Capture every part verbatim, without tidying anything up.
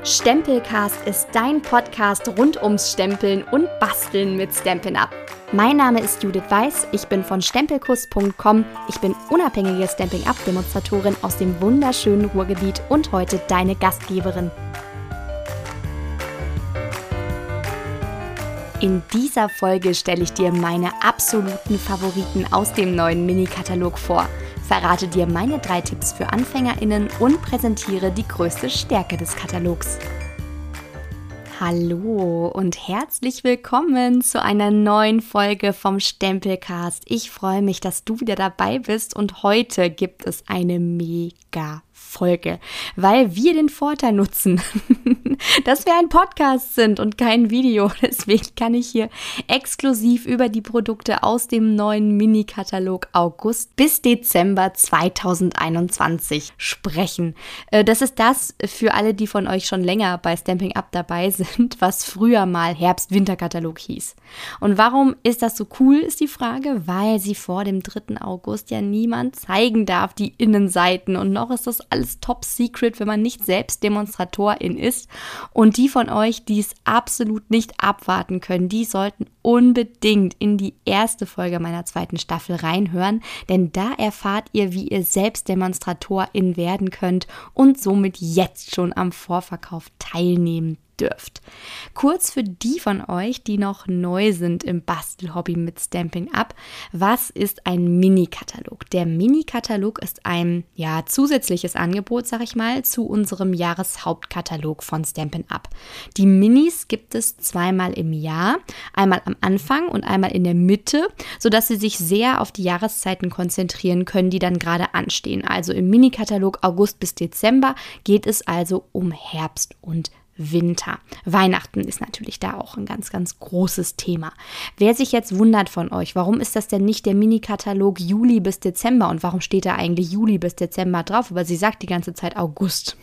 Stempelcast ist dein Podcast rund ums Stempeln und Basteln mit Stampin' Up. Mein Name ist Judith Weiß, ich bin von stempelkuss punkt com, ich bin unabhängige Stampin' Up-Demonstratorin aus dem wunderschönen Ruhrgebiet und heute deine Gastgeberin. In dieser Folge stelle ich dir meine absoluten Favoriten aus dem neuen Mini-Katalog vor, verrate dir meine drei Tipps für AnfängerInnen und präsentiere die größte Stärke des Katalogs. Hallo und herzlich willkommen zu einer neuen Folge vom Stempelcast. Ich freue mich, dass du wieder dabei bist und heute gibt es eine mega Folge, weil wir den Vorteil nutzen, dass wir ein Podcast sind und kein Video. Deswegen kann ich hier exklusiv über die Produkte aus dem neuen Mini-Katalog August bis Dezember zweitausendeinundzwanzig sprechen. Das ist das für alle, die von euch schon länger bei Stampin' Up dabei sind, was früher mal Herbst-Winter-Katalog hieß. Und warum ist das so cool, ist die Frage, weil sie vor dem dritten August ja niemand zeigen darf, die Innenseiten, und noch ist das alles top secret, wenn man nicht selbst Demonstratorin ist. Und die von euch, die es absolut nicht abwarten können, die sollten unbedingt in die erste Folge meiner zweiten Staffel reinhören, denn da erfahrt ihr, wie ihr selbst Demonstratorin werden könnt und somit jetzt schon am Vorverkauf teilnehmen dürft. Kurz für die von euch, die noch neu sind im Bastelhobby mit Stampin' Up: Was ist ein Mini-Katalog? Der Mini-Katalog ist ein ja, zusätzliches Angebot, sag ich mal, zu unserem Jahreshauptkatalog von Stampin' Up. Die Minis gibt es zweimal im Jahr, einmal am Anfang und einmal in der Mitte, sodass sie sich sehr auf die Jahreszeiten konzentrieren können, die dann gerade anstehen. Also im Mini-Katalog August bis Dezember geht es also um Herbst und Winter. Weihnachten ist natürlich da auch ein ganz, ganz großes Thema. Wer sich jetzt wundert von euch, warum ist das denn nicht der Mini-Katalog Juli bis Dezember und warum steht da eigentlich Juli bis Dezember drauf? Aber sie sagt die ganze Zeit August.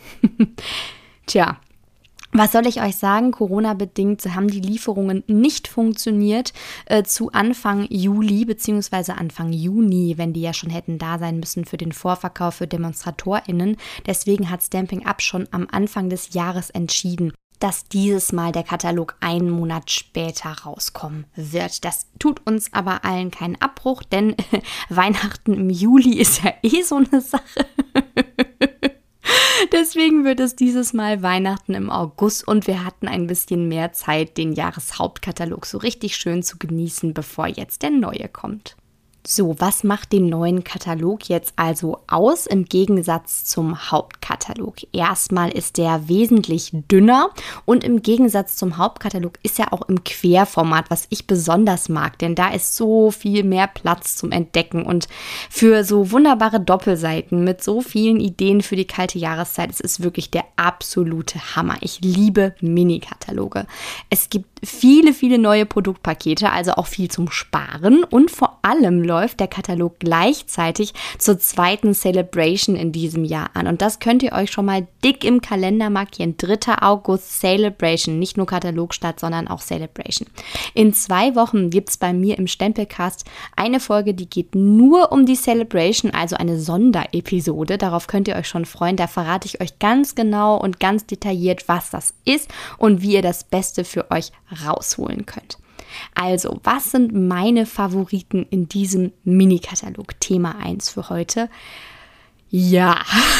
Tja. Was soll ich euch sagen? Corona-bedingt haben die Lieferungen nicht funktioniert äh, zu Anfang Juli bzw. Anfang Juni, wenn die ja schon hätten da sein müssen für den Vorverkauf für DemonstratorInnen. Deswegen hat Stampin' Up schon am Anfang des Jahres entschieden, dass dieses Mal der Katalog einen Monat später rauskommen wird. Das tut uns aber allen keinen Abbruch, denn Weihnachten im Juli ist ja eh so eine Sache. Deswegen wird es dieses Mal Weihnachten im August und wir hatten ein bisschen mehr Zeit, den Jahreshauptkatalog so richtig schön zu genießen, bevor jetzt der neue kommt. So, was macht den neuen Katalog jetzt also aus im Gegensatz zum Hauptkatalog? Erstmal ist der wesentlich dünner und im Gegensatz zum Hauptkatalog ist er auch im Querformat, was ich besonders mag, denn da ist so viel mehr Platz zum Entdecken und für so wunderbare Doppelseiten mit so vielen Ideen für die kalte Jahreszeit. Es ist wirklich der absolute Hammer. Ich liebe Mini-Kataloge. Es gibt viele, viele neue Produktpakete, also auch viel zum Sparen und vor allem läuft der Katalog gleichzeitig zur zweiten Celebration in diesem Jahr an. Und das könnt ihr euch schon mal dick im Kalender markieren. dritter August Celebration, nicht nur Katalogstart, sondern auch Celebration. In zwei Wochen gibt es bei mir im Stempelcast eine Folge, die geht nur um die Celebration, also eine Sonderepisode. Darauf könnt ihr euch schon freuen. Da verrate ich euch ganz genau und ganz detailliert, was das ist und wie ihr das Beste für euch rausholen könnt. Also, was sind meine Favoriten in diesem Mini-Katalog? Thema eins für heute. Ja,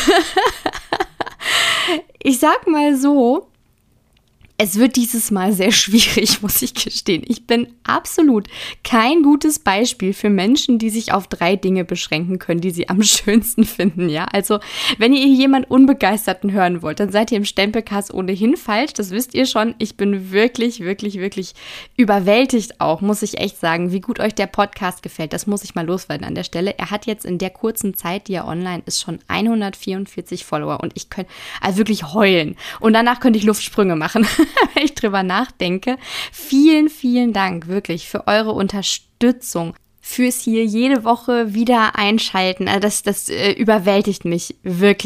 ich sag mal so, es wird dieses Mal sehr schwierig, muss ich gestehen. Ich bin absolut kein gutes Beispiel für Menschen, die sich auf drei Dinge beschränken können, die sie am schönsten finden, ja. Also, wenn ihr jemanden Unbegeisterten hören wollt, dann seid ihr im Stempelcast ohnehin falsch. Das wisst ihr schon. Ich bin wirklich, wirklich, wirklich überwältigt auch, muss ich echt sagen, wie gut euch der Podcast gefällt. Das muss ich mal loswerden an der Stelle. Er hat jetzt in der kurzen Zeit, die er online ist, schon hundertvierundvierzig Follower und ich könnte also wirklich heulen. Und danach könnte ich Luftsprünge machen. Wenn ich drüber nachdenke. Vielen, vielen Dank wirklich für eure Unterstützung, fürs hier jede Woche wieder einschalten. Also das, das äh, überwältigt mich wirklich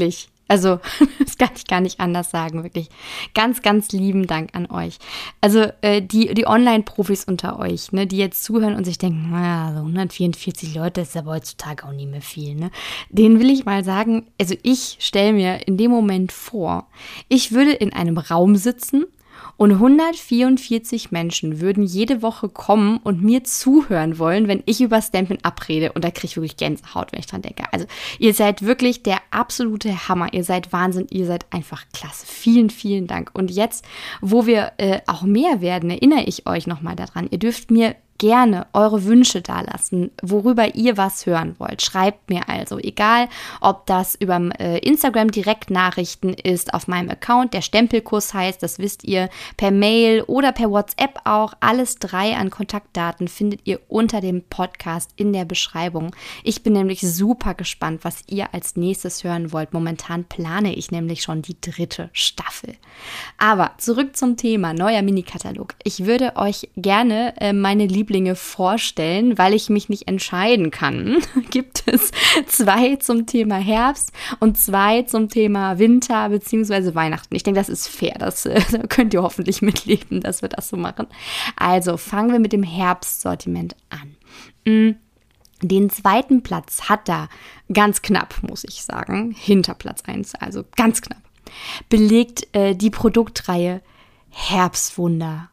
Also, das kann ich gar nicht anders sagen, wirklich. Ganz, ganz lieben Dank an euch. Also, äh, die, die Online-Profis unter euch, ne, die jetzt zuhören und sich denken, naja, so hundertvierundvierzig Leute, das ist aber heutzutage auch nicht mehr viel, ne. Denen will ich mal sagen, also ich stelle mir in dem Moment vor, ich würde in einem Raum sitzen und hundertvierundvierzig Menschen würden jede Woche kommen und mir zuhören wollen, wenn ich über Stampin' abrede. Und da kriege ich wirklich Gänsehaut, wenn ich dran denke. Also ihr seid wirklich der absolute Hammer. Ihr seid Wahnsinn. Ihr seid einfach klasse. Vielen, vielen Dank. Und jetzt, wo wir äh, auch mehr werden, erinnere ich euch nochmal daran. Ihr dürft mir gerne eure Wünsche dalassen, worüber ihr was hören wollt. Schreibt mir also, egal ob das über äh, Instagram Direktnachrichten ist, auf meinem Account, der Stempelkurs heißt, das wisst ihr, per Mail oder per WhatsApp auch. Alles drei an Kontaktdaten findet ihr unter dem Podcast in der Beschreibung. Ich bin nämlich super gespannt, was ihr als nächstes hören wollt. Momentan plane ich nämlich schon die dritte Staffel. Aber zurück zum Thema neuer Mini-Katalog. Ich würde euch gerne äh, meine Lieblings Lieblinge vorstellen, weil ich mich nicht entscheiden kann. Gibt es zwei zum Thema Herbst und zwei zum Thema Winter bzw. Weihnachten. Ich denke, das ist fair. Das äh, könnt ihr hoffentlich mitleben, dass wir das so machen. Also fangen wir mit dem Herbstsortiment an. Den zweiten Platz hat da ganz knapp, muss ich sagen, hinter Platz eins, also ganz knapp, belegt äh, die Produktreihe Herbstwunder.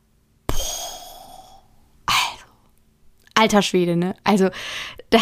Alter Schwede, ne? Also da,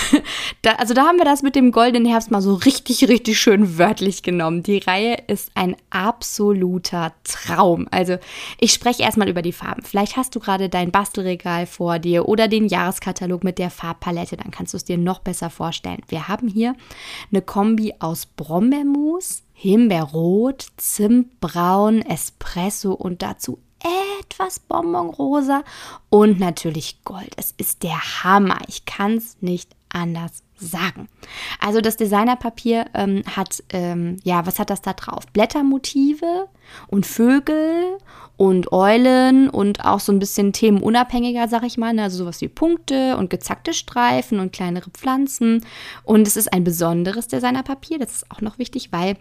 da, also da haben wir das mit dem goldenen Herbst mal so richtig, richtig schön wörtlich genommen. Die Reihe ist ein absoluter Traum. Also ich spreche erstmal über die Farben. Vielleicht hast du gerade dein Bastelregal vor dir oder den Jahreskatalog mit der Farbpalette, dann kannst du es dir noch besser vorstellen. Wir haben hier eine Kombi aus Brombeermus, Himbeerrot, Zimtbraun, Espresso und dazu etwas Bonbonrosa und natürlich Gold. Es ist der Hammer. Ich kann es nicht anders sagen. Also das Designerpapier ähm, hat, ähm, ja, was hat das da drauf? Blättermotive und Vögel und Eulen und auch so ein bisschen themenunabhängiger, sag ich mal. Also sowas wie Punkte und gezackte Streifen und kleinere Pflanzen. Und es ist ein besonderes Designerpapier. Das ist auch noch wichtig, weil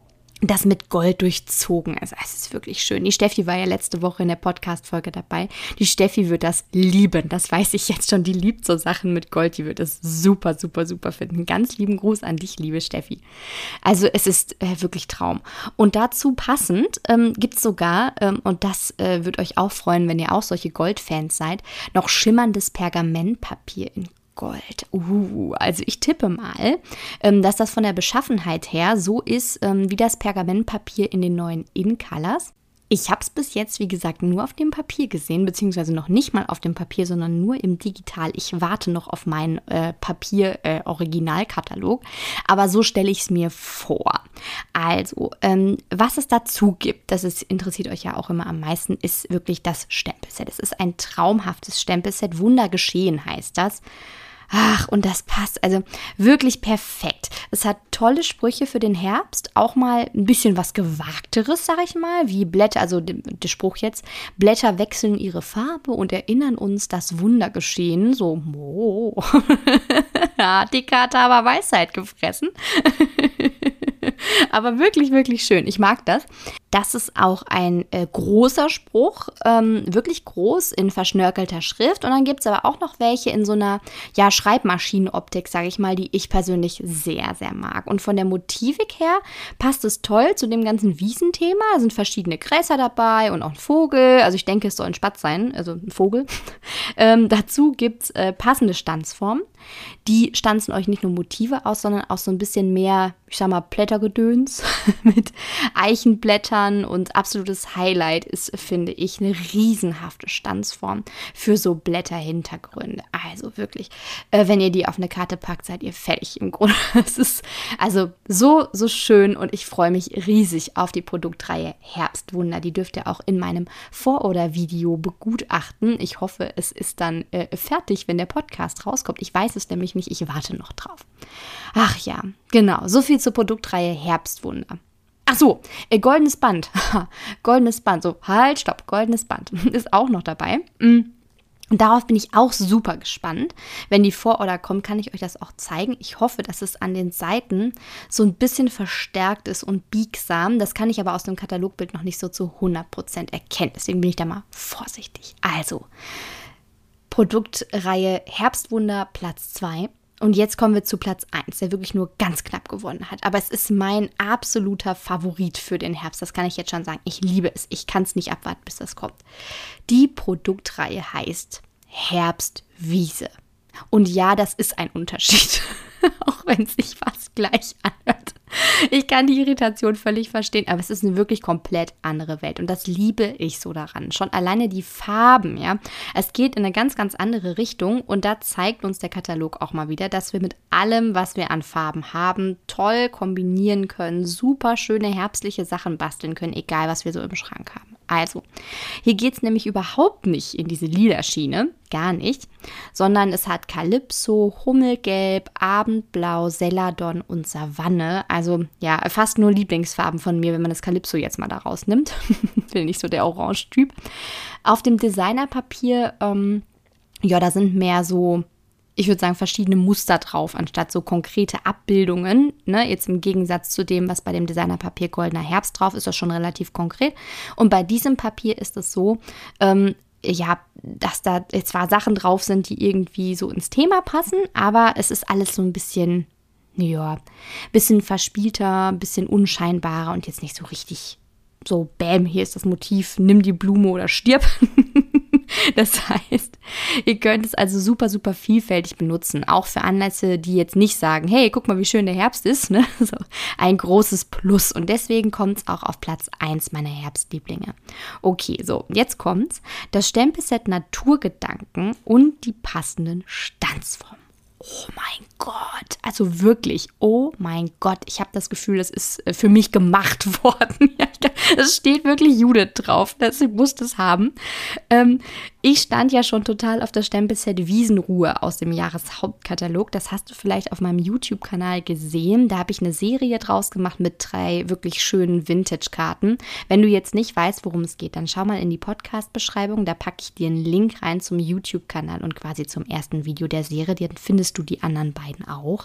das mit Gold durchzogen ist. Es ist wirklich schön. Die Steffi war ja letzte Woche in der Podcast-Folge dabei. Die Steffi wird das lieben. Das weiß ich jetzt schon. Die liebt so Sachen mit Gold. Die wird es super, super, super finden. Ganz lieben Gruß an dich, liebe Steffi. Also es ist äh, wirklich Traum. Und dazu passend ähm, gibt es sogar, ähm, und das äh, wird euch auch freuen, wenn ihr auch solche Goldfans seid, noch schimmerndes Pergamentpapier in Gold. Uh, also ich tippe mal, ähm, dass das von der Beschaffenheit her so ist, ähm, wie das Pergamentpapier in den neuen In-Colors. Ich habe es bis jetzt, wie gesagt, nur auf dem Papier gesehen, beziehungsweise noch nicht mal auf dem Papier, sondern nur im Digital. Ich warte noch auf meinen äh, Papier-Originalkatalog, äh, aber so stelle ich es mir vor. Also, ähm, was es dazu gibt, das ist, interessiert euch ja auch immer am meisten, ist wirklich das Stempelset. Es ist ein traumhaftes Stempelset, Wundergeschehen heißt das. Ach, und das passt also wirklich perfekt. Es hat tolle Sprüche für den Herbst, auch mal ein bisschen was Gewagteres, sag ich mal, wie Blätter, also der Spruch jetzt, Blätter wechseln ihre Farbe und erinnern uns das Wundergeschehen. So, oh, hat die Karte aber Weisheit gefressen. Aber wirklich, wirklich schön. Ich mag das. Das ist auch ein äh, großer Spruch, ähm, wirklich groß in verschnörkelter Schrift. Und dann gibt es aber auch noch welche in so einer ja, Schreibmaschinenoptik, sage ich mal, die ich persönlich sehr, sehr mag. Und von der Motivik her passt es toll zu dem ganzen Wiesenthema. Da sind verschiedene Gräser dabei und auch ein Vogel. Also ich denke, es soll ein Spatz sein, also ein Vogel. ähm, dazu gibt es äh, passende Stanzformen. Die stanzen euch nicht nur Motive aus, sondern auch so ein bisschen mehr, ich sag mal, Blättergedöns mit Eichenblättern, und absolutes Highlight ist, finde ich, eine riesenhafte Stanzform für so Blätterhintergründe. Also wirklich, äh, wenn ihr die auf eine Karte packt, seid ihr fertig im Grunde. Es ist also so, so schön und ich freue mich riesig auf die Produktreihe Herbstwunder. Die dürft ihr auch in meinem Vororder-Video begutachten. Ich hoffe, es ist dann äh, fertig, wenn der Podcast rauskommt. Ich weiß es nämlich nicht, ich warte noch drauf. Ach ja, genau, so viel zur Produktreihe Herbstwunder. Ach so, äh, goldenes Band. goldenes Band, so halt, stopp, goldenes Band ist auch noch dabei. Und darauf bin ich auch super gespannt. Wenn die Vororder kommt, kann ich euch das auch zeigen. Ich hoffe, dass es an den Seiten so ein bisschen verstärkt ist und biegsam. Das kann ich aber aus dem Katalogbild noch nicht so zu hundert Prozent erkennen. Deswegen bin ich da mal vorsichtig. Also, Produktreihe Herbstwunder Platz zwei. Und jetzt kommen wir zu Platz eins, der wirklich nur ganz knapp gewonnen hat. Aber es ist mein absoluter Favorit für den Herbst. Das kann ich jetzt schon sagen. Ich liebe es. Ich kann es nicht abwarten, bis das kommt. Die Produktreihe heißt Herbstwiese. Und ja, das ist ein Unterschied. Auch wenn es sich fast gleich anhört. Ich kann die Irritation völlig verstehen, aber es ist eine wirklich komplett andere Welt und das liebe ich so daran. Schon alleine die Farben, ja. Es geht in eine ganz, ganz andere Richtung und da zeigt uns der Katalog auch mal wieder, dass wir mit allem, was wir an Farben haben, toll kombinieren können, super schöne herbstliche Sachen basteln können, egal was wir so im Schrank haben. Also, hier geht es nämlich überhaupt nicht in diese Lila-Schiene, gar nicht, sondern es hat Calypso, Hummelgelb, Abendblau, Celadon und Savanne. Also ja, fast nur Lieblingsfarben von mir, wenn man das Calypso jetzt mal da rausnimmt. Bin nicht so der Orange-Typ. Auf dem Designerpapier, ähm, ja, da sind mehr so, ich würde sagen, verschiedene Muster drauf, anstatt so konkrete Abbildungen. Ne? Jetzt im Gegensatz zu dem, was bei dem Designerpapier Goldener Herbst drauf ist, ist das schon relativ konkret. Und bei diesem Papier ist es so, ähm, ja, dass da zwar Sachen drauf sind, die irgendwie so ins Thema passen, aber es ist alles so ein bisschen, ja, bisschen verspielter, bisschen unscheinbarer und jetzt nicht so richtig so, bäm, hier ist das Motiv, nimm die Blume oder stirb. Das heißt, ihr könnt es also super, super vielfältig benutzen. Auch für Anlässe, die jetzt nicht sagen, hey, guck mal, wie schön der Herbst ist. Ne? So ein großes Plus. Und deswegen kommt es auch auf Platz eins meiner Herbstlieblinge. Okay, so, jetzt kommt's. Das Stempelset Naturgedanken und die passenden Stanzformen. Oh mein Gott, also wirklich, oh mein Gott, ich habe das Gefühl, das ist für mich gemacht worden. Es steht wirklich Judith drauf, dass ich muss das haben. Ähm, ich stand ja schon total auf das Stempelset Wiesenruhe aus dem Jahreshauptkatalog. Das hast du vielleicht auf meinem YouTube-Kanal gesehen. Da habe ich eine Serie draus gemacht mit drei wirklich schönen Vintage-Karten. Wenn du jetzt nicht weißt, worum es geht, dann schau mal in die Podcast-Beschreibung. Da packe ich dir einen Link rein zum YouTube-Kanal und quasi zum ersten Video der Serie. Dann findest du die anderen beiden auch.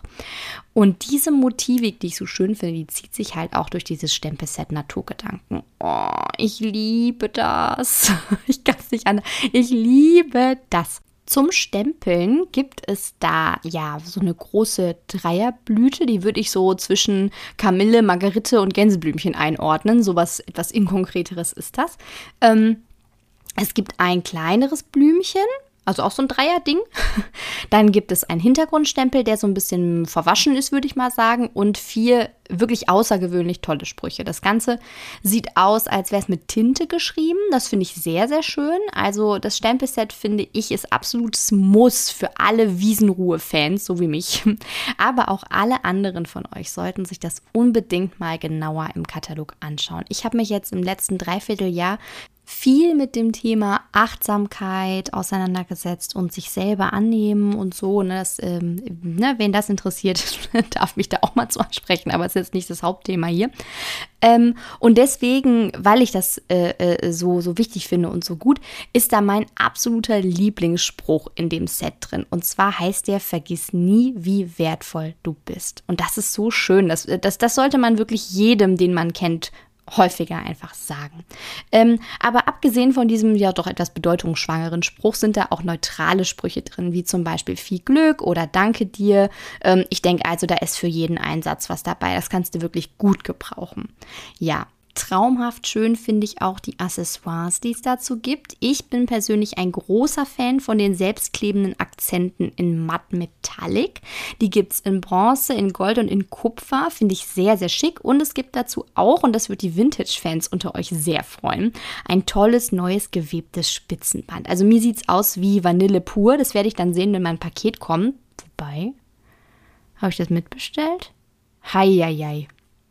Und diese Motivik, die ich so schön finde, die zieht sich halt auch durch dieses Stempelset Naturgedanken. Oh, ich liebe das. Ich kann es nicht anders. Ich liebe das. Zum Stempeln gibt es da ja so eine große Dreierblüte, die würde ich so zwischen Kamille, Margerite und Gänseblümchen einordnen. So was etwas Inkonkreteres ist das. Ähm, es gibt ein kleineres Blümchen. Also auch so ein Dreier-Ding. Dann gibt es einen Hintergrundstempel, der so ein bisschen verwaschen ist, würde ich mal sagen. Und vier wirklich außergewöhnlich tolle Sprüche. Das Ganze sieht aus, als wäre es mit Tinte geschrieben. Das finde ich sehr, sehr schön. Also das Stempelset, finde ich, ist absolutes Muss für alle Wiesenruhe-Fans, so wie mich. Aber auch alle anderen von euch sollten sich das unbedingt mal genauer im Katalog anschauen. Ich habe mich jetzt im letzten Dreivierteljahr viel mit dem Thema Achtsamkeit auseinandergesetzt und sich selber annehmen und so. Ne, das, ähm, ne, wen das interessiert, darf mich da auch mal zu ansprechen, aber es ist jetzt nicht das Hauptthema hier. Ähm, und deswegen, weil ich das äh, äh, so, so wichtig finde und so gut, ist da mein absoluter Lieblingsspruch in dem Set drin. Und zwar heißt der, vergiss nie, wie wertvoll du bist. Und das ist so schön. Das, das, das sollte man wirklich jedem, den man kennt, häufiger einfach sagen. Ähm, aber abgesehen von diesem ja doch etwas bedeutungsschwangeren Spruch sind da auch neutrale Sprüche drin, wie zum Beispiel viel Glück oder danke dir. Ähm, ich denke also, da ist für jeden Einsatz was dabei. Das kannst du wirklich gut gebrauchen. Ja. Traumhaft schön finde ich auch die Accessoires, die es dazu gibt. Ich bin persönlich ein großer Fan von den selbstklebenden Akzenten in Matt Metallic. Die gibt es in Bronze, in Gold und in Kupfer. Finde ich sehr, sehr schick. Und es gibt dazu auch, und das wird die Vintage-Fans unter euch sehr freuen, ein tolles, neues, gewebtes Spitzenband. Also mir sieht es aus wie Vanille pur. Das werde ich dann sehen, wenn mein Paket kommt. Wobei, habe ich das mitbestellt? Heieiei.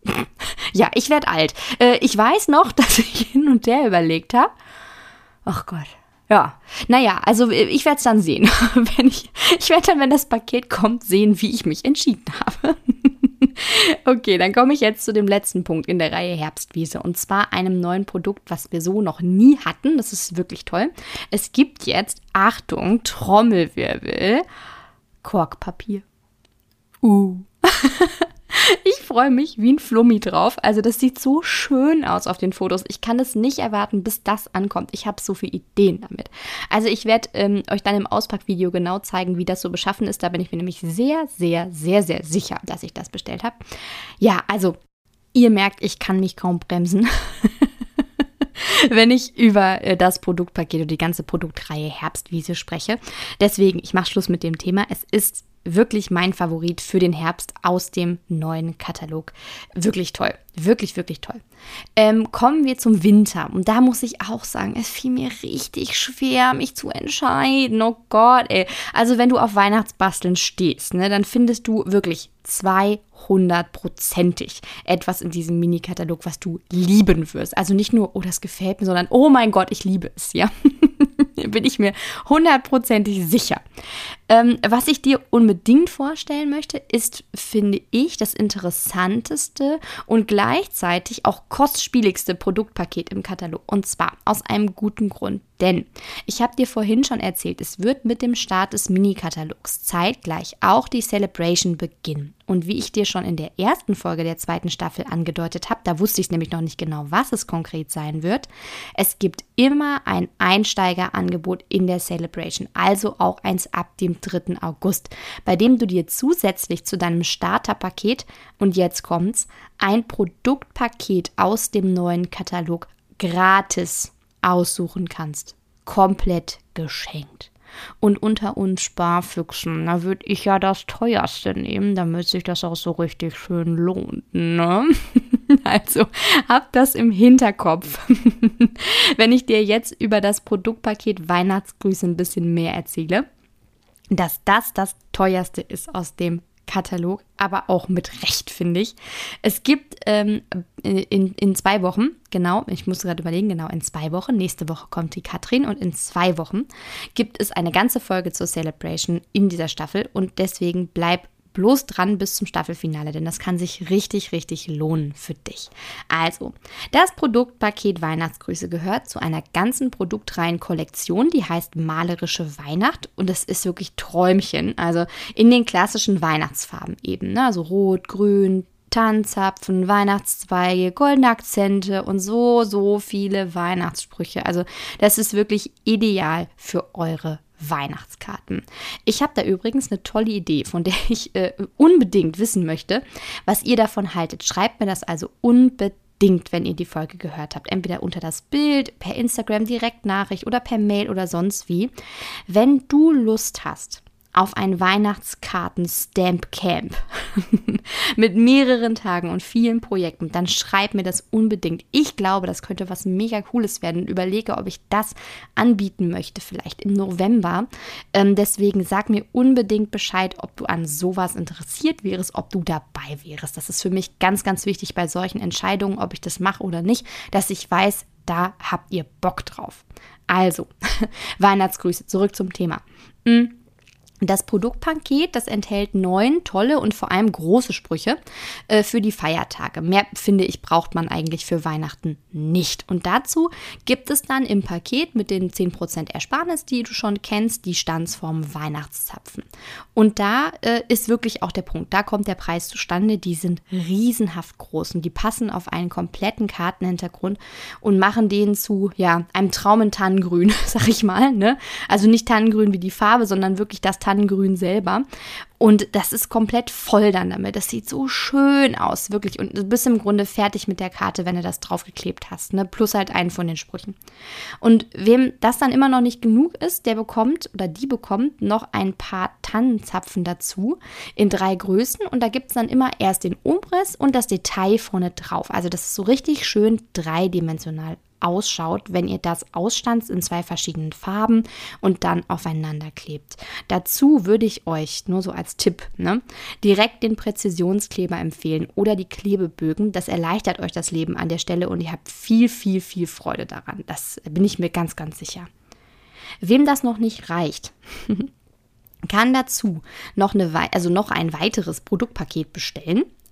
Ja, ich werde alt. Äh, ich weiß noch, dass ich hin und her überlegt habe. Ach Gott. Ja, naja, also ich werde es dann sehen. wenn ich ich werde dann, wenn das Paket kommt, sehen, wie ich mich entschieden habe. Okay, dann komme ich jetzt zu dem letzten Punkt in der Reihe Herbstwiese und zwar einem neuen Produkt, was wir so noch nie hatten. Das ist wirklich toll. Es gibt jetzt, Achtung, Trommelwirbel, Korkpapier. Uh. Ich freue mich wie ein Flummi drauf. Also das sieht so schön aus auf den Fotos. Ich kann es nicht erwarten, bis das ankommt. Ich habe so viele Ideen damit. Also ich werde ähm, euch dann im Auspackvideo genau zeigen, wie das so beschaffen ist. Da bin ich mir nämlich sehr, sehr, sehr, sehr sicher, dass ich das bestellt habe. Ja, also ihr merkt, ich kann mich kaum bremsen. Wenn ich über äh, das Produktpaket oder die ganze Produktreihe Herbstwiese spreche. Deswegen, ich mache Schluss mit dem Thema. Es ist wirklich mein Favorit für den Herbst aus dem neuen Katalog. Wirklich toll. Wirklich, wirklich toll. Ähm, kommen wir zum Winter. Und da muss ich auch sagen, es fiel mir richtig schwer, mich zu entscheiden. Oh Gott, ey. Also wenn du auf Weihnachtsbasteln stehst, ne, dann findest du wirklich zweihundertprozentig etwas in diesem Mini-Katalog, was du lieben wirst. Also nicht nur, oh, das gefällt mir, sondern, oh mein Gott, ich liebe es, ja. Bin ich mir hundertprozentig sicher. Ähm, was ich dir unbedingt vorstellen möchte, ist, finde ich, das interessanteste und gleichzeitig auch kostspieligste Produktpaket im Katalog. Und zwar aus einem guten Grund. Denn ich habe dir vorhin schon erzählt, es wird mit dem Start des Mini-Katalogs zeitgleich auch die Celebration beginnen. Und wie ich dir schon in der ersten Folge der zweiten Staffel angedeutet habe, da wusste ich nämlich noch nicht genau, was es konkret sein wird. Es gibt immer ein Einsteigerangebot in der Celebration, also auch eins ab dem dritten August, bei dem du dir zusätzlich zu deinem Starterpaket, und jetzt kommt's, ein Produktpaket aus dem neuen Katalog gratis aussuchen kannst. Komplett geschenkt. Und unter uns Sparfüchsen, da würde ich ja das teuerste nehmen, damit sich das auch so richtig schön lohnt, ne? Also, hab das im Hinterkopf. Wenn ich dir jetzt über das Produktpaket Weihnachtsgrüße ein bisschen mehr erzähle, dass das das teuerste ist aus dem Katalog, aber auch mit Recht, finde ich. Es gibt ähm, in, in zwei Wochen, genau, ich muss gerade überlegen, genau in zwei Wochen, nächste Woche kommt die Katrin und in zwei Wochen gibt es eine ganze Folge zur Celebration in dieser Staffel und deswegen bleib bloß dran bis zum Staffelfinale, denn das kann sich richtig, richtig lohnen für dich. Also, das Produktpaket Weihnachtsgrüße gehört zu einer ganzen Produktreihenkollektion, die heißt Malerische Weihnacht und es ist wirklich Träumchen, also in den klassischen Weihnachtsfarben eben, ne? Also rot, grün, Tannenzapfen, Weihnachtszweige, goldene Akzente und so, so viele Weihnachtssprüche. Also das ist wirklich ideal für eure Weihnachtskarten. Ich habe da übrigens eine tolle Idee, von der ich äh, unbedingt wissen möchte, was ihr davon haltet. Schreibt mir das also unbedingt, wenn ihr die Folge gehört habt. Entweder unter das Bild, per Instagram, Direktnachricht oder per Mail oder sonst wie. Wenn du Lust hast auf ein Weihnachtskarten-Stamp-Camp mit mehreren Tagen und vielen Projekten, dann schreib mir das unbedingt. Ich glaube, das könnte was mega Cooles werden und überlege, ob ich das anbieten möchte, vielleicht im November. Ähm, deswegen sag mir unbedingt Bescheid, ob du an sowas interessiert wärst, ob du dabei wärst. Das ist für mich ganz, ganz wichtig bei solchen Entscheidungen, ob ich das mache oder nicht, dass ich weiß, da habt ihr Bock drauf. Also, Weihnachtsgrüße, zurück zum Thema. Mhm. Das Produktpaket, das enthält neun tolle und vor allem große Sprüche äh, für die Feiertage. Mehr, finde ich, braucht man eigentlich für Weihnachten nicht. Und dazu gibt es dann im Paket mit den zehn Prozent Ersparnis, die du schon kennst, die Stanzform Weihnachtszapfen. Und da äh, ist wirklich auch der Punkt, da kommt der Preis zustande. Die sind riesenhaft groß und die passen auf einen kompletten Kartenhintergrund und machen den zu, ja, einem Traum in Tannengrün, sag ich mal, ne? Also nicht Tannengrün wie die Farbe, sondern wirklich das Tannengrün selber. Und das ist komplett voll dann damit. Das sieht so schön aus, wirklich. Und du bist im Grunde fertig mit der Karte, wenn du das draufgeklebt hast, ne? Plus halt einen von den Sprüchen. Und wem das dann immer noch nicht genug ist, der bekommt oder die bekommt noch ein paar Tannenzapfen dazu in drei Größen. Und da gibt es dann immer erst den Umriss und das Detail vorne drauf. Also das ist so richtig schön dreidimensional ausschaut, wenn ihr das ausstanzt in zwei verschiedenen Farben und dann aufeinander klebt. Dazu würde ich euch, nur so als Tipp, ne, direkt den Präzisionskleber empfehlen oder die Klebebögen. Das erleichtert euch das Leben an der Stelle und ihr habt viel, viel, viel Freude daran. Das bin ich mir ganz, ganz sicher. Wem das noch nicht reicht, kann dazu noch, eine, also noch ein weiteres Produktpaket bestellen.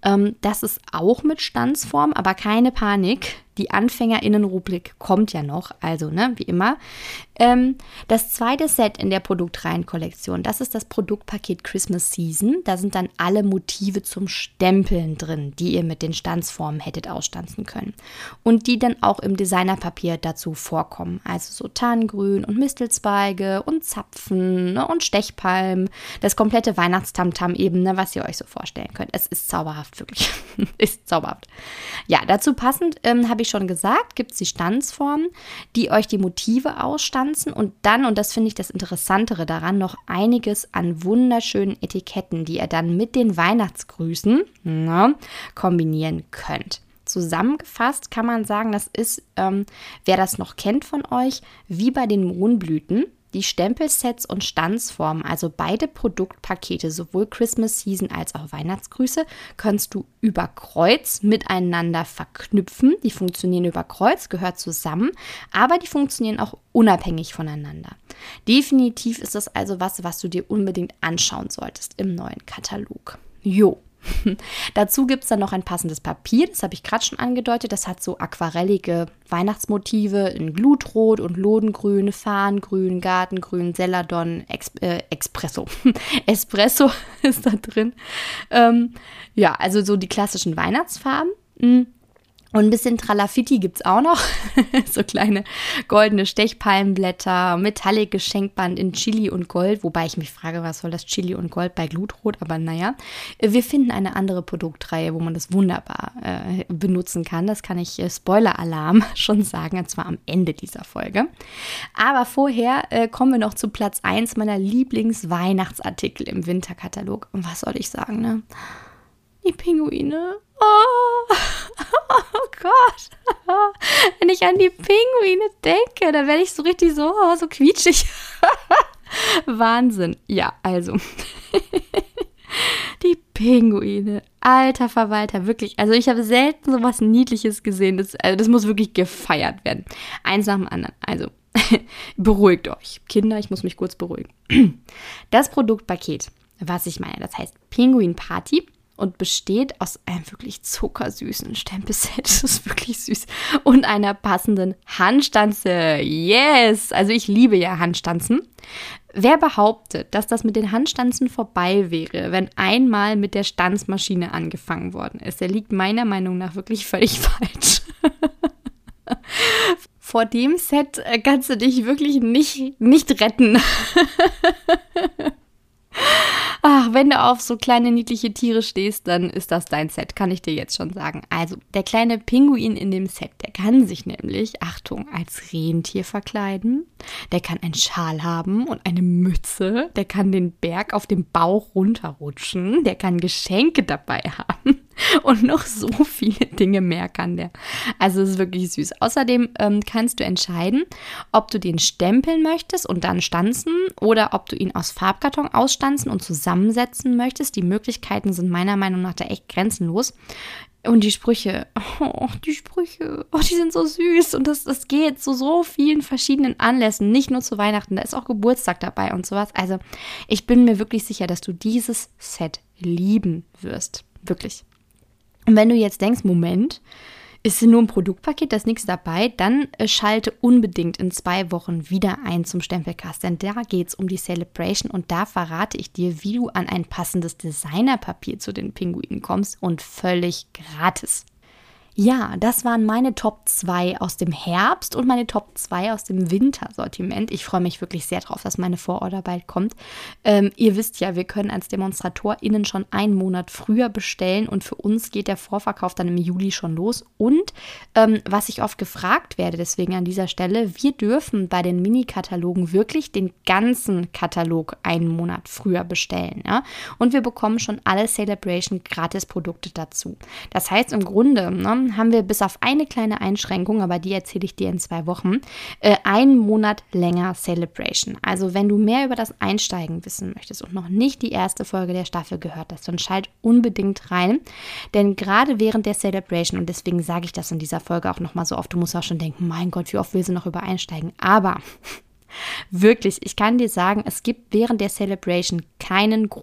Ähm, das ist auch mit Stanzform, aber keine Panik. Die AnfängerInnen-Rubrik kommt ja noch, also ne, wie immer. Ähm, das zweite Set in der Produktreihenkollektion, das ist das Produktpaket Christmas Season. Da sind dann alle Motive zum Stempeln drin, die ihr mit den Stanzformen hättet ausstanzen können. Und die dann auch im Designerpapier dazu vorkommen. Also so Tannengrün und Mistelzweige und Zapfen, ne, und Stechpalmen. Das komplette Weihnachtstamtam eben, ne, was ihr euch so vorstellen könnt. Es ist zauberhaft, wirklich. ist zauberhaft. Ja, dazu passend ähm, habe ich schon gesagt, gibt es die Stanzformen, die euch die Motive ausstanzen und dann, und das finde ich das Interessantere daran, noch einiges an wunderschönen Etiketten, die ihr dann mit den Weihnachtsgrüßen na, kombinieren könnt. Zusammengefasst kann man sagen, das ist, ähm, wer das noch kennt von euch, wie bei den Mohnblüten. Die Stempelsets und Stanzformen, also beide Produktpakete, sowohl Christmas Season als auch Weihnachtsgrüße, kannst du über Kreuz miteinander verknüpfen. Die funktionieren über Kreuz, gehört zusammen, aber die funktionieren auch unabhängig voneinander. Definitiv ist das also was, was du dir unbedingt anschauen solltest im neuen Katalog. Jo. Dazu gibt es dann noch ein passendes Papier, das habe ich gerade schon angedeutet. Das hat so aquarellige Weihnachtsmotive in Glutrot und Lodengrün, Farngrün, Gartengrün, Celadon, Ex äh, Espresso. Espresso ist da drin. Ähm, ja, also so die klassischen Weihnachtsfarben. Mhm. Und ein bisschen Tralafitti gibt es auch noch, so kleine goldene Stechpalmenblätter, Metallic-Geschenkband in Chili und Gold, wobei ich mich frage, was soll das Chili und Gold bei Glutrot, aber naja. Wir finden eine andere Produktreihe, wo man das wunderbar äh, benutzen kann, das kann ich, äh, Spoiler-Alarm schon sagen, und zwar am Ende dieser Folge. Aber vorher äh, kommen wir noch zu Platz eins meiner Lieblings-Weihnachtsartikel im Winterkatalog. Und was soll ich sagen, ne? Die Pinguine. Oh, oh Gott. Wenn ich an die Pinguine denke, dann werde ich so richtig so, oh, so quietschig. Wahnsinn. Ja, also. Die Pinguine. Alter Verwalter, wirklich. Also ich habe selten so was Niedliches gesehen. Das, also das muss wirklich gefeiert werden. Eins nach dem anderen. Also, beruhigt euch. Kinder, ich muss mich kurz beruhigen. Das Produktpaket, was ich meine, das heißt Pinguin Party. Und besteht aus einem wirklich zuckersüßen Stempelset, das ist wirklich süß, und einer passenden Handstanze. Yes! Also ich liebe ja Handstanzen. Wer behauptet, dass das mit den Handstanzen vorbei wäre, wenn einmal mit der Stanzmaschine angefangen worden ist, der liegt meiner Meinung nach wirklich völlig falsch. Vor dem Set kannst du dich wirklich nicht, nicht retten. Ach, wenn du auf so kleine niedliche Tiere stehst, dann ist das dein Set, kann ich dir jetzt schon sagen. Also, der kleine Pinguin in dem Set, der kann sich nämlich, Achtung, als Rentier verkleiden. Der kann einen Schal haben und eine Mütze. Der kann den Berg auf dem Bauch runterrutschen. Der kann Geschenke dabei haben. Und noch so viele Dinge mehr kann der. Also es ist wirklich süß. Außerdem ähm, kannst du entscheiden, ob du den stempeln möchtest und dann stanzen oder ob du ihn aus Farbkarton ausstanzen und zusammensetzen möchtest. Die Möglichkeiten sind meiner Meinung nach da echt grenzenlos. Und die Sprüche, oh, die Sprüche, oh, die sind so süß. Und das, das geht zu so vielen verschiedenen Anlässen, nicht nur zu Weihnachten, da ist auch Geburtstag dabei und sowas. Also ich bin mir wirklich sicher, dass du dieses Set lieben wirst. Wirklich. Und wenn du jetzt denkst, Moment, ist nur ein Produktpaket, da ist nichts dabei, dann äh, schalte unbedingt in zwei Wochen wieder ein zum Stempelcast, denn da geht es um die Celebration und da verrate ich dir, wie du an ein passendes Designerpapier zu den Pinguinen kommst und völlig gratis. Ja, das waren meine Top zwei aus dem Herbst und meine Top zwei aus dem Wintersortiment. Ich freue mich wirklich sehr drauf, dass meine Vororder bald kommt. Ähm, ihr wisst ja, wir können als DemonstratorInnen schon einen Monat früher bestellen und für uns geht der Vorverkauf dann im Juli schon los. Und ähm, was ich oft gefragt werde, deswegen an dieser Stelle, wir dürfen bei den Mini-Katalogen wirklich den ganzen Katalog einen Monat früher bestellen. Ja? Und wir bekommen schon alle Celebration-Gratis-Produkte dazu. Das heißt im Grunde, ne, haben wir bis auf eine kleine Einschränkung, aber die erzähle ich dir in zwei Wochen, äh, einen Monat länger Celebration. Also wenn du mehr über das Einsteigen wissen möchtest und noch nicht die erste Folge der Staffel gehört hast, dann schalt unbedingt rein, denn gerade während der Celebration, und deswegen sage ich das in dieser Folge auch nochmal so oft, du musst auch schon denken, mein Gott, wie oft will sie noch über einsteigen, aber wirklich, ich kann dir sagen, es gibt während der Celebration keinen Grund,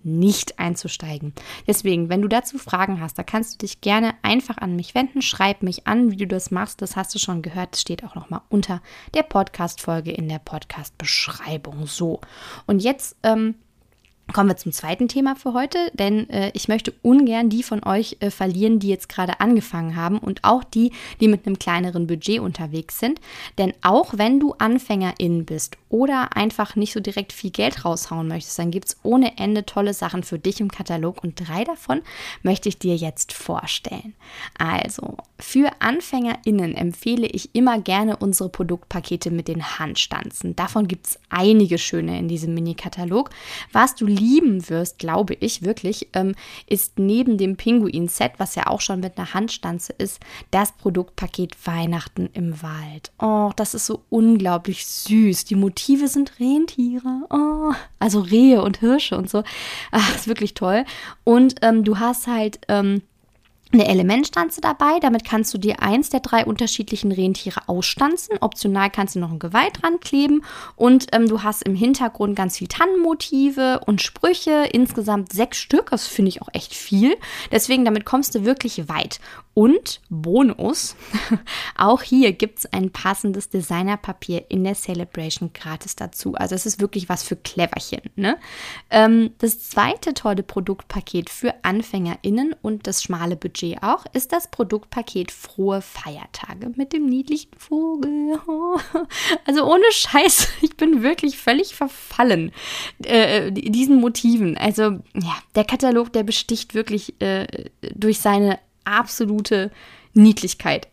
nicht einzusteigen. Deswegen, wenn du dazu Fragen hast, da kannst du dich gerne einfach an mich wenden. Schreib mich an, wie du das machst. Das hast du schon gehört. Das steht auch nochmal unter der Podcast-Folge in der Podcast-Beschreibung. So, und jetzt ähm, kommen wir zum zweiten Thema für heute, denn äh, ich möchte ungern die von euch äh, verlieren, die jetzt gerade angefangen haben und auch die, die mit einem kleineren Budget unterwegs sind. Denn auch wenn du Anfängerin bist oder einfach nicht so direkt viel Geld raushauen möchtest, dann gibt es ohne Ende tolle Sachen für dich im Katalog und drei davon möchte ich dir jetzt vorstellen. Also, für AnfängerInnen empfehle ich immer gerne unsere Produktpakete mit den Handstanzen. Davon gibt es einige schöne in diesem Mini-Katalog. Was du lieben wirst, glaube ich wirklich, ähm, ist neben dem Pinguin-Set, was ja auch schon mit einer Handstanze ist, das Produktpaket Weihnachten im Wald. Oh, das ist so unglaublich süß. Die Motive sind Rentiere, oh, also Rehe und Hirsche und so. Ach, ist wirklich toll. Und ähm, du hast halt ähm, eine Elementstanze dabei, damit kannst du dir eins der drei unterschiedlichen Rentiere ausstanzen. Optional kannst du noch ein Geweih dran kleben und ähm, du hast im Hintergrund ganz viel Tannenmotive und Sprüche, insgesamt sechs Stück, das finde ich auch echt viel. Deswegen, damit kommst du wirklich weit. Und Bonus, auch hier gibt es ein passendes Designerpapier in der Celebration gratis dazu. Also es ist wirklich was für Cleverchen, ne? Ähm, das zweite tolle Produktpaket für AnfängerInnen und das schmale Budget auch, ist das Produktpaket Frohe Feiertage mit dem niedlichen Vogel. Also ohne Scheiß, ich bin wirklich völlig verfallen äh, diesen Motiven. Also ja, der Katalog, der besticht wirklich äh, durch seine absolute Niedlichkeit.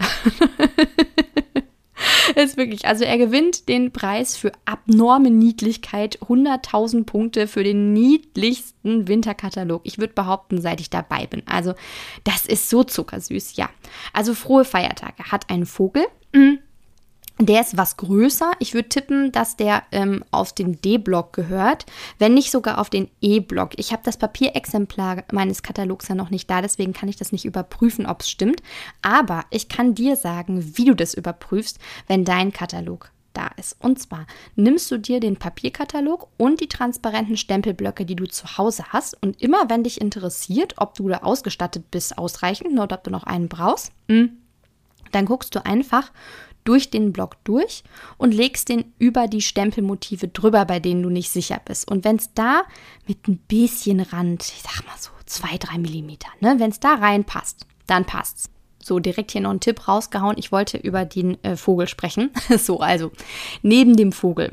Ist wirklich, also er gewinnt den Preis für abnorme Niedlichkeit, hunderttausend Punkte für den niedlichsten Winterkatalog. Ich würde behaupten, seit ich dabei bin. Also das ist so zuckersüß, ja. Also Frohe Feiertage hat einen Vogel. Der ist was größer. Ich würde tippen, dass der ähm, auf den D-Block gehört, wenn nicht sogar auf den E-Block. Ich habe das Papierexemplar meines Katalogs ja noch nicht da, deswegen kann ich das nicht überprüfen, ob es stimmt. Aber ich kann dir sagen, wie du das überprüfst, wenn dein Katalog da ist. Und zwar nimmst du dir den Papierkatalog und die transparenten Stempelblöcke, die du zu Hause hast. Und immer, wenn dich interessiert, ob du da ausgestattet bist, ausreichend, oder ob du noch einen brauchst, dann guckst du einfach durch den Block durch und legst den über die Stempelmotive drüber, bei denen du nicht sicher bist. Und wenn es da mit ein bisschen Rand, ich sag mal so zwei, drei Millimeter, ne, wenn es da reinpasst, dann passt's. So, direkt hier noch einen Tipp rausgehauen. Ich wollte über den äh, Vogel sprechen. So, also, neben dem Vogel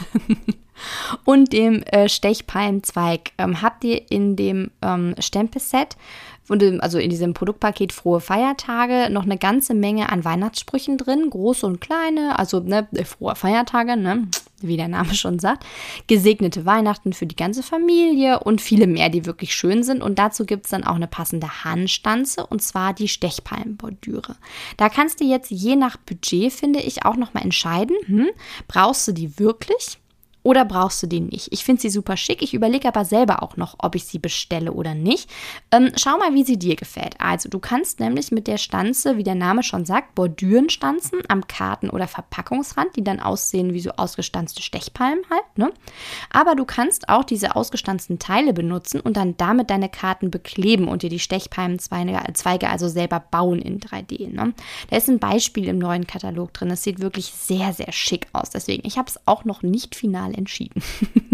und dem äh, Stechpalmzweig ähm, habt ihr in dem ähm, Stempelset, also in diesem Produktpaket Frohe Feiertage, noch eine ganze Menge an Weihnachtssprüchen drin, große und kleine, also ne, Frohe Feiertage, ne, wie der Name schon sagt, gesegnete Weihnachten für die ganze Familie und viele mehr, die wirklich schön sind. Und dazu gibt es dann auch eine passende Handstanze, und zwar die Stechpalmenbordüre. Da kannst du jetzt je nach Budget, finde ich, auch nochmal entscheiden, hm, brauchst du die wirklich? Oder brauchst du die nicht? Ich finde sie super schick. Ich überlege aber selber auch noch, ob ich sie bestelle oder nicht. Ähm, schau mal, wie sie dir gefällt. Also du kannst nämlich mit der Stanze, wie der Name schon sagt, Bordüren stanzen am Karten- oder Verpackungsrand, die dann aussehen wie so ausgestanzte Stechpalmen halt, ne? Aber du kannst auch diese ausgestanzten Teile benutzen und dann damit deine Karten bekleben und dir die Stechpalmenzweige also selber bauen in drei D, ne? Da ist ein Beispiel im neuen Katalog drin. Es sieht wirklich sehr, sehr schick aus. Deswegen, ich habe es auch noch nicht final entschieden.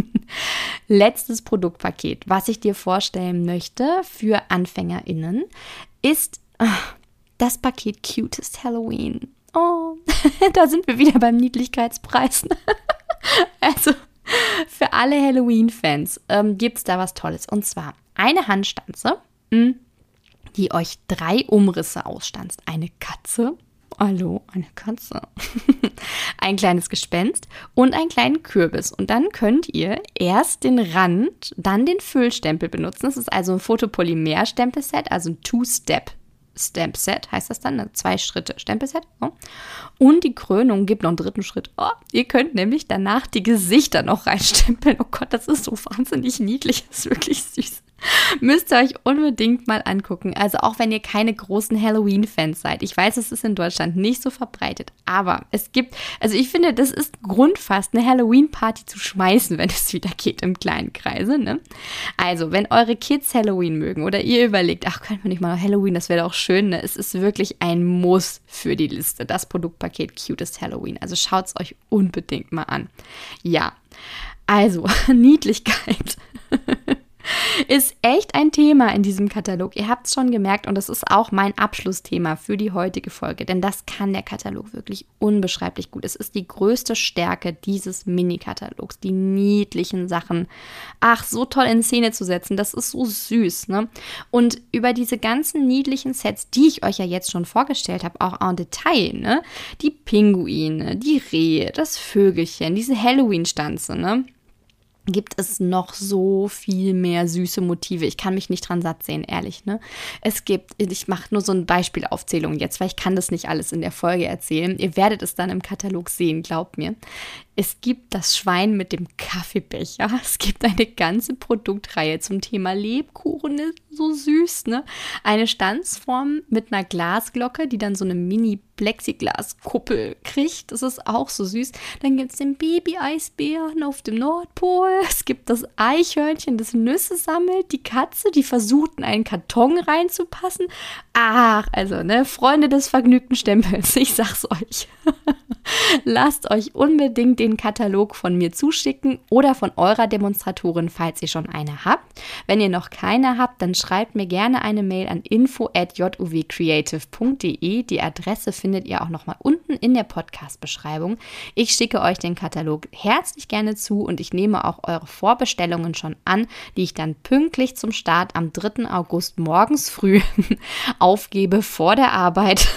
Letztes Produktpaket, was ich dir vorstellen möchte für AnfängerInnen, ist ach, das Paket Cutest Halloween. Oh, da sind wir wieder beim Niedlichkeitspreis. Also, für alle Halloween-Fans ähm, gibt es da was Tolles. Und zwar eine Handstanze, mh, die euch drei Umrisse ausstanzt. Eine Katze. Hallo, eine Katze. Ein kleines Gespenst und einen kleinen Kürbis. Und dann könnt ihr erst den Rand, dann den Füllstempel benutzen. Das ist also ein Fotopolymer-Stempelset, also ein Two-Step-Stamp-Set, heißt das dann, zwei Schritte Stempelset. Oh. Und die Krönung gibt noch einen dritten Schritt. Oh, ihr könnt nämlich danach die Gesichter noch reinstempeln. Oh Gott, das ist so wahnsinnig niedlich, das ist wirklich süß. Müsst ihr euch unbedingt mal angucken. Also auch wenn ihr keine großen Halloween-Fans seid. Ich weiß, es ist in Deutschland nicht so verbreitet, aber es gibt, also ich finde, das ist Grund fast, eine Halloween-Party zu schmeißen, wenn es wieder geht im kleinen Kreise, ne? Also, wenn eure Kids Halloween mögen oder ihr überlegt, ach, könnte man nicht mal noch Halloween, das wäre doch schön, ne? Es ist wirklich ein Muss für die Liste, das Produktpaket Cutest Halloween. Also schaut es euch unbedingt mal an. Ja, also, Niedlichkeit. Ist echt ein Thema in diesem Katalog. Ihr habt es schon gemerkt und das ist auch mein Abschlussthema für die heutige Folge, denn das kann der Katalog wirklich unbeschreiblich gut. Es ist die größte Stärke dieses Mini-Katalogs, die niedlichen Sachen, ach, so toll in Szene zu setzen, das ist so süß, ne? Und über diese ganzen niedlichen Sets, die ich euch ja jetzt schon vorgestellt habe, auch en Detail, ne? Die Pinguine, die Rehe, das Vögelchen, diese Halloween-Stanze, ne? Gibt es noch so viel mehr süße Motive. Ich kann mich nicht dran satt sehen, ehrlich, ne? Es gibt, ich mache nur so eine Beispielaufzählung jetzt, weil ich kann das nicht alles in der Folge erzählen. Ihr werdet es dann im Katalog sehen, glaubt mir. Es gibt das Schwein mit dem Kaffeebecher. Es gibt eine ganze Produktreihe zum Thema Lebkuchen, so süß, ne? Eine Stanzform mit einer Glasglocke, die dann so eine Mini-Plexiglas-Kuppel kriegt. Das ist auch so süß. Dann gibt es den Baby-Eisbären auf dem Nordpol. Es gibt das Eichhörnchen, das Nüsse sammelt. Die Katze, die versucht, in einen Karton reinzupassen. Ach, also, ne, Freunde des vergnügten Stempels, ich sag's euch. Lasst euch unbedingt den Katalog von mir zuschicken oder von eurer Demonstratorin, falls ihr schon eine habt. Wenn ihr noch keine habt, dann schreibt mir gerne eine Mail an info at juwcreative punkt de. Die Adresse findet ihr auch nochmal unten in der Podcast-Beschreibung. Ich schicke euch den Katalog herzlich gerne zu und ich nehme auch eure Vorbestellungen schon an, die ich dann pünktlich zum Start am dritten August morgens früh aufgebe vor der Arbeit,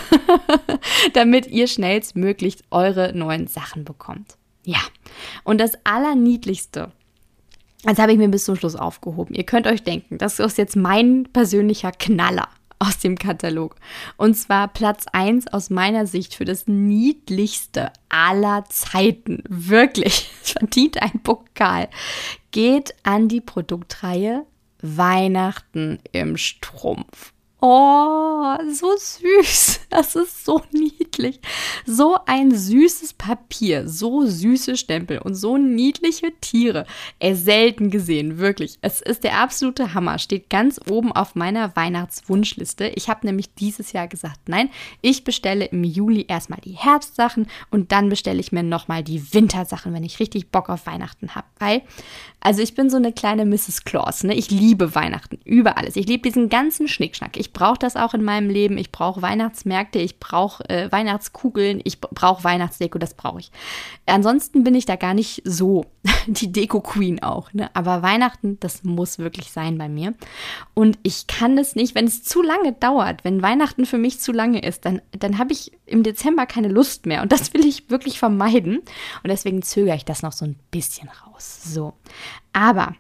damit ihr schnellstmöglich eure neuen Sachen bekommt. Ja, und das Allerniedlichste, das habe ich mir bis zum Schluss aufgehoben. Ihr könnt euch denken, das ist jetzt mein persönlicher Knaller aus dem Katalog. Und zwar Platz eins aus meiner Sicht für das Niedlichste aller Zeiten. Wirklich, es verdient ein Pokal. Geht an die Produktreihe Weihnachten im Strumpf. Oh, so süß. Das ist so niedlich. So ein süßes Papier, so süße Stempel und so niedliche Tiere. Ey, selten gesehen, wirklich. Es ist der absolute Hammer. Steht ganz oben auf meiner Weihnachtswunschliste. Ich habe nämlich dieses Jahr gesagt, nein, ich bestelle im Juli erstmal die Herbstsachen und dann bestelle ich mir nochmal die Wintersachen, wenn ich richtig Bock auf Weihnachten habe. Weil, also ich bin so eine kleine Misses Claus, ne? Ich liebe Weihnachten über alles. Ich liebe diesen ganzen Schnickschnack. Ich brauche das auch in meinem Leben. Ich brauche Weihnachtsmärkte, ich brauche äh, Weihnachtskugeln, ich brauche Weihnachtsdeko, das brauche ich. Ansonsten bin ich da gar nicht so die Deko-Queen auch, ne? Aber Weihnachten, das muss wirklich sein bei mir. Und ich kann es nicht, wenn es zu lange dauert, wenn Weihnachten für mich zu lange ist, dann, dann habe ich im Dezember keine Lust mehr. Und das will ich wirklich vermeiden. Und deswegen zögere ich das noch so ein bisschen raus. So. Aber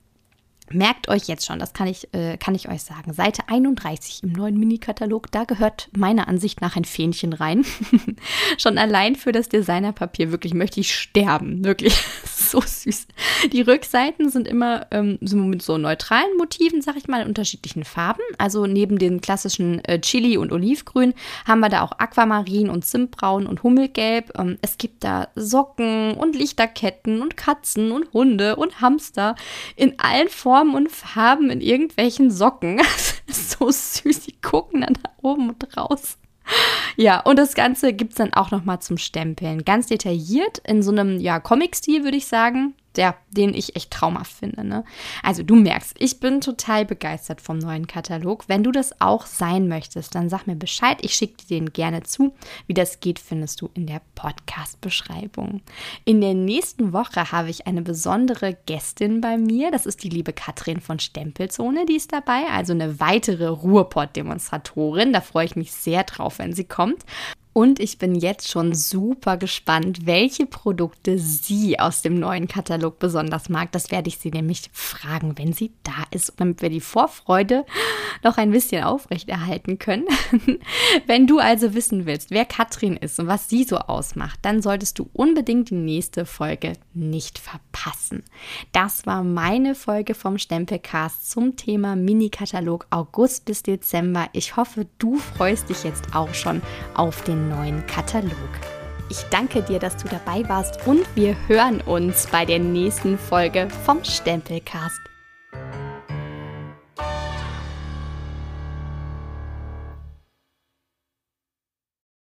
merkt euch jetzt schon, das kann ich, äh, kann ich euch sagen, Seite einunddreißig im neuen Mini-Katalog, da gehört meiner Ansicht nach ein Fähnchen rein. Schon allein für das Designerpapier, wirklich möchte ich sterben, wirklich so süß. Die Rückseiten sind immer ähm, so mit so neutralen Motiven, sag ich mal, in unterschiedlichen Farben. Also neben den klassischen äh, Chili- und Olivgrün haben wir da auch Aquamarin und Zimtbraun und Hummelgelb. Ähm, es gibt da Socken und Lichterketten und Katzen und Hunde und Hamster in allen Formen und Farben in irgendwelchen Socken. So süß, die gucken dann da oben und raus. Ja, und das Ganze gibt es dann auch nochmal zum Stempeln. Ganz detailliert in so einem, ja, Comic-Stil, würde ich sagen. Ja, den ich echt traumhaft finde, ne? Also du merkst, ich bin total begeistert vom neuen Katalog. Wenn du das auch sein möchtest, dann sag mir Bescheid. Ich schicke dir den gerne zu. Wie das geht, findest du in der Podcast-Beschreibung. In der nächsten Woche habe ich eine besondere Gästin bei mir. Das ist die liebe Katrin von Stempelzone, die ist dabei. Also eine weitere Ruhrpott-Demonstratorin. Da freue ich mich sehr drauf, wenn sie kommt. Und ich bin jetzt schon super gespannt, welche Produkte sie aus dem neuen Katalog besonders mag. Das werde ich sie nämlich fragen, wenn sie da ist, damit wir die Vorfreude noch ein bisschen aufrechterhalten können. Wenn du also wissen willst, wer Katrin ist und was sie so ausmacht, dann solltest du unbedingt die nächste Folge nicht verpassen. Das war meine Folge vom Stempelcast zum Thema Mini-Katalog August bis Dezember. Ich hoffe, du freust dich jetzt auch schon auf den neuen Katalog. Ich danke dir, dass du dabei warst und wir hören uns bei der nächsten Folge vom Stempelcast.